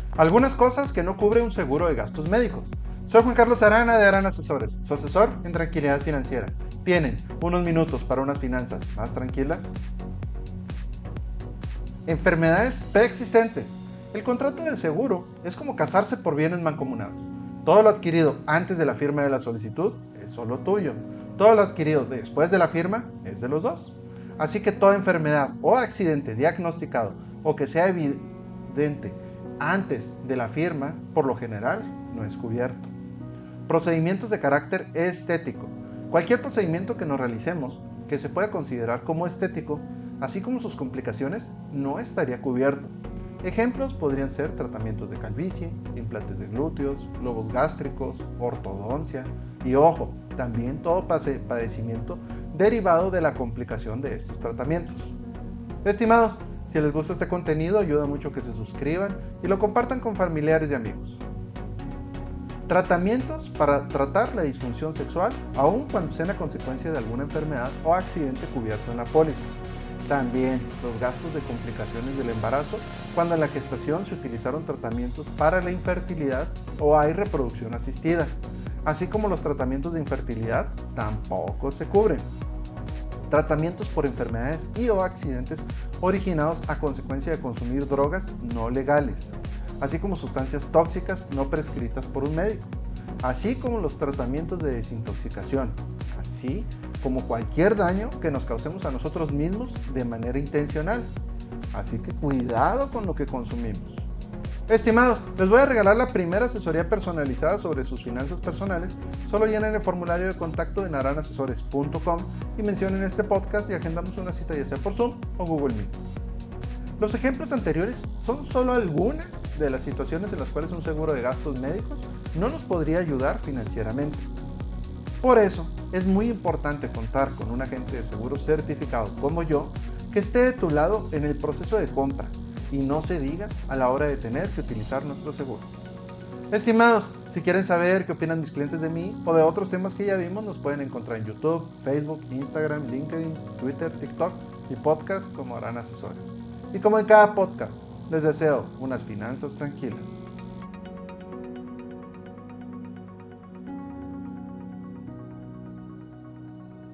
Algunas cosas que no cubre un seguro de gastos médicos. Soy Juan Carlos Arana de Arana Asesores, su asesor en tranquilidad financiera. ¿Tienen unos minutos para unas finanzas más tranquilas? Enfermedades preexistentes. El contrato de seguro es como casarse por bienes mancomunados. Todo lo adquirido antes de la firma de la solicitud es solo tuyo. Todo lo adquirido después de la firma es de los dos. Así que toda enfermedad o accidente diagnosticado o que sea evidente antes de la firma, por lo general, no es cubierto. Procedimientos de carácter estético. Cualquier procedimiento que nos realicemos que se pueda considerar como estético, así como sus complicaciones, no estaría cubierto. Ejemplos podrían ser tratamientos de calvicie, implantes de glúteos, globos gástricos, ortodoncia y, ojo, también todo padecimiento derivado de la complicación de estos tratamientos. Estimados, si les gusta este contenido, ayuda mucho que se suscriban y lo compartan con familiares y amigos. Tratamientos para tratar la disfunción sexual, aun cuando sea a consecuencia de alguna enfermedad o accidente cubierto en la póliza. También los gastos de complicaciones del embarazo, cuando en la gestación se utilizaron tratamientos para la infertilidad o hay reproducción asistida. Así como los tratamientos de infertilidad tampoco se cubren. Tratamientos por enfermedades y o accidentes originados a consecuencia de consumir drogas no legales, así como sustancias tóxicas no prescritas por un médico, así como los tratamientos de desintoxicación, así como cualquier daño que nos causemos a nosotros mismos de manera intencional. Así que cuidado con lo que consumimos. Estimados, les voy a regalar la primera asesoría personalizada sobre sus finanzas personales. Solo llenen el formulario de contacto en aranasesores.com y mencionen este podcast y agendamos una cita ya sea por Zoom o Google Meet. Los ejemplos anteriores son solo algunas de las situaciones en las cuales un seguro de gastos médicos no nos podría ayudar financieramente. Por eso, es muy importante contar con un agente de seguros certificado como yo que esté de tu lado en el proceso de compra y no se diga a la hora de tener que utilizar nuestro seguro. Estimados, si quieren saber qué opinan mis clientes de mí o de otros temas que ya vimos, nos pueden encontrar en YouTube, Facebook, Instagram, LinkedIn, Twitter, TikTok y podcast como Arana Asesores. Y como en cada podcast, les deseo unas finanzas tranquilas.